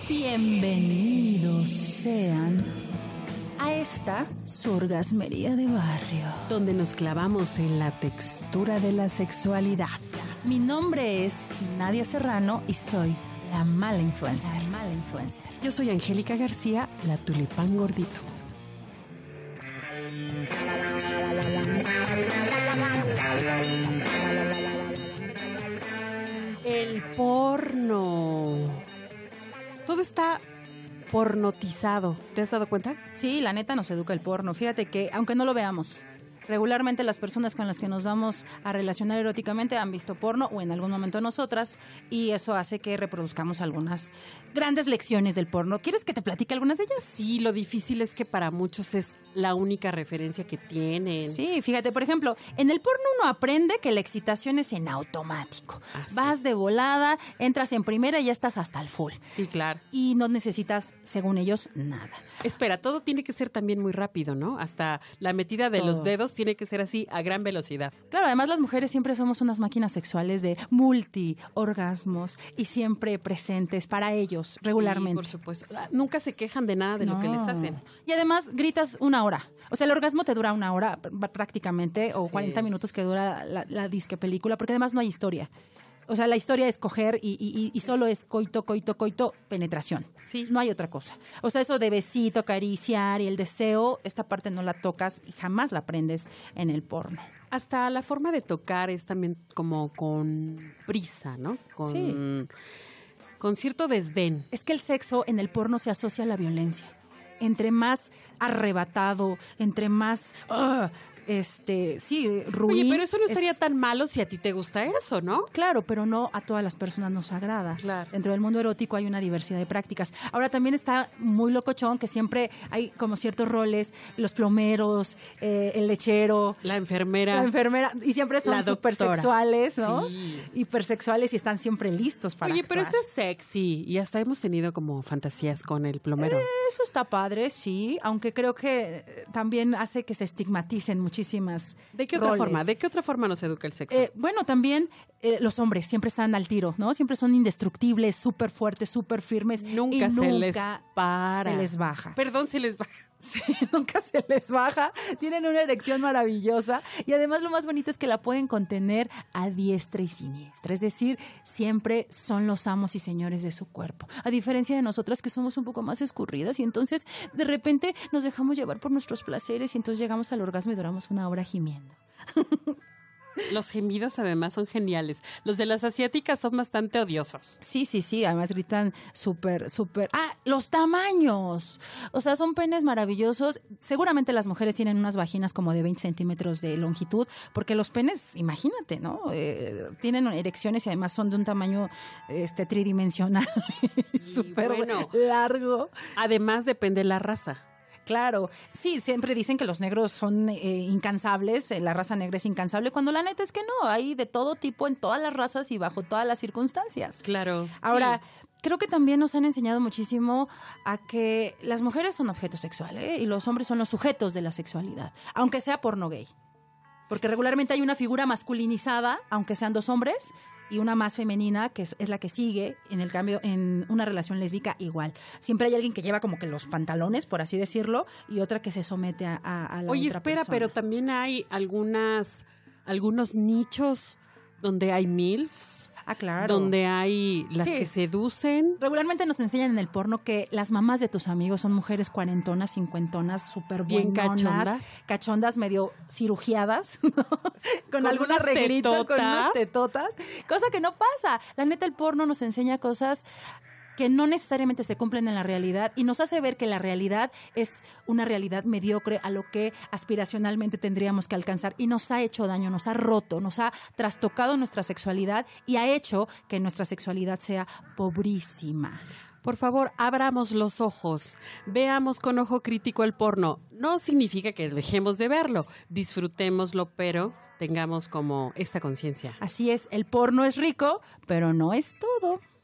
Bienvenidos sean a esta su orgasmería de barrio, donde nos clavamos en la textura de la sexualidad. Mi nombre es Nadia Serrano y soy la mala influencer. Yo soy Angélica García, la tulipán gordito. El porno. Todo está pornotizado. ¿Te has dado cuenta? Sí, la neta nos educa el porno. Fíjate que, aunque no lo veamos, regularmente las personas con las que nos vamos a relacionar eróticamente han visto porno o en algún momento nosotras, y eso hace que reproduzcamos algunas grandes lecciones del porno. ¿Quieres que te platique algunas de ellas? Sí, lo difícil es que para muchos es la única referencia que tienen. Sí, fíjate, por ejemplo, en el porno uno aprende que la excitación es en automático. Vas de volada, entras en primera y ya estás hasta el full. Sí, claro. Y no necesitas, según ellos, nada. Espera, todo tiene que ser también muy rápido, ¿no? Hasta la metida de los dedos tiene que ser así a gran velocidad. Claro, además las mujeres siempre somos unas máquinas sexuales de multi-orgasmos y siempre presentes para ellos regularmente. Sí, por supuesto. Nunca se quejan de nada de lo que les hacen. Y además gritas una hora. O sea, el orgasmo te dura una hora prácticamente, o 40 minutos que dura la disque película, porque además no hay historia. O sea, la historia es coger y solo es coito, penetración. Sí. No hay otra cosa. O sea, eso de besito, acariciar y el deseo, esta parte no la tocas y jamás la aprendes en el porno. Hasta la forma de tocar es también como con prisa, ¿no? Con cierto desdén. Es que el sexo en el porno se asocia a la violencia. Entre más arrebatado, entre más... ruin. Oye, pero eso no estaría tan malo si a ti te gusta eso, ¿no? Claro, pero no a todas las personas nos agrada. Claro. Dentro del mundo erótico hay una diversidad de prácticas. Ahora también está muy locochón que siempre hay como ciertos roles, los plomeros, el lechero, la enfermera, y siempre son súper sexuales, ¿no? Sí. Hipersexuales y están siempre listos para actuar. Pero eso es sexy y hasta hemos tenido como fantasías con el plomero. Eso está padre, sí, aunque creo que también hace que se estigmaticen muchísimas. ¿De qué otra forma? ¿De qué otra forma nos educa el sexo? Bueno, también los hombres siempre están al tiro, ¿no? Siempre son indestructibles, súper fuertes, súper firmes. Nunca se les para. Se les baja. Perdón, se les baja. Sí, nunca se les baja. Tienen una erección maravillosa y además lo más bonito es que la pueden contener a diestra y siniestra. Es decir, siempre son los amos y señores de su cuerpo. A diferencia de nosotras que somos un poco más escurridas y entonces de repente nos dejamos llevar por nuestros placeres y entonces llegamos al orgasmo y duramos una hora gimiendo. Los gemidos además son geniales. Los de las asiáticas son bastante odiosos. Sí. Además gritan súper. Los tamaños. O sea, son penes maravillosos. Seguramente las mujeres tienen unas vaginas como de 20 centímetros de longitud, porque los penes, imagínate, ¿no? Tienen erecciones y además son de un tamaño tridimensional. Súper largo. Además depende de la raza. Claro, sí, siempre dicen que los negros son incansables, la raza negra es incansable, cuando la neta es que no, hay de todo tipo en todas las razas y bajo todas las circunstancias. Claro. Ahora, creo que también nos han enseñado muchísimo a que las mujeres son objetos sexuales y los hombres son los sujetos de la sexualidad, aunque sea porno gay. Porque regularmente hay una figura masculinizada, aunque sean dos hombres, y una más femenina, que es la que sigue. En el cambio, en una relación lésbica, igual. Siempre hay alguien que lleva como que los pantalones, por así decirlo, y otra que se somete a la Oye, otra espera, persona. pero también hay algunos nichos donde hay MILFs. Claro. Donde hay las que seducen. Regularmente nos enseñan en el porno que las mamás de tus amigos son mujeres cuarentonas, cincuentonas, súper bien cachondas, medio cirugiadas, ¿no? con algún arreglito, con unas tetotas, cosa que no pasa. La neta, el porno nos enseña cosas que no necesariamente se cumplen en la realidad y nos hace ver que la realidad es una realidad mediocre a lo que aspiracionalmente tendríamos que alcanzar, y nos ha hecho daño, nos ha roto, nos ha trastocado nuestra sexualidad y ha hecho que nuestra sexualidad sea pobrísima. Por favor, abramos los ojos, veamos con ojo crítico el porno. No significa que dejemos de verlo, disfrutémoslo, pero tengamos como esta conciencia. Así es, el porno es rico, pero no es todo.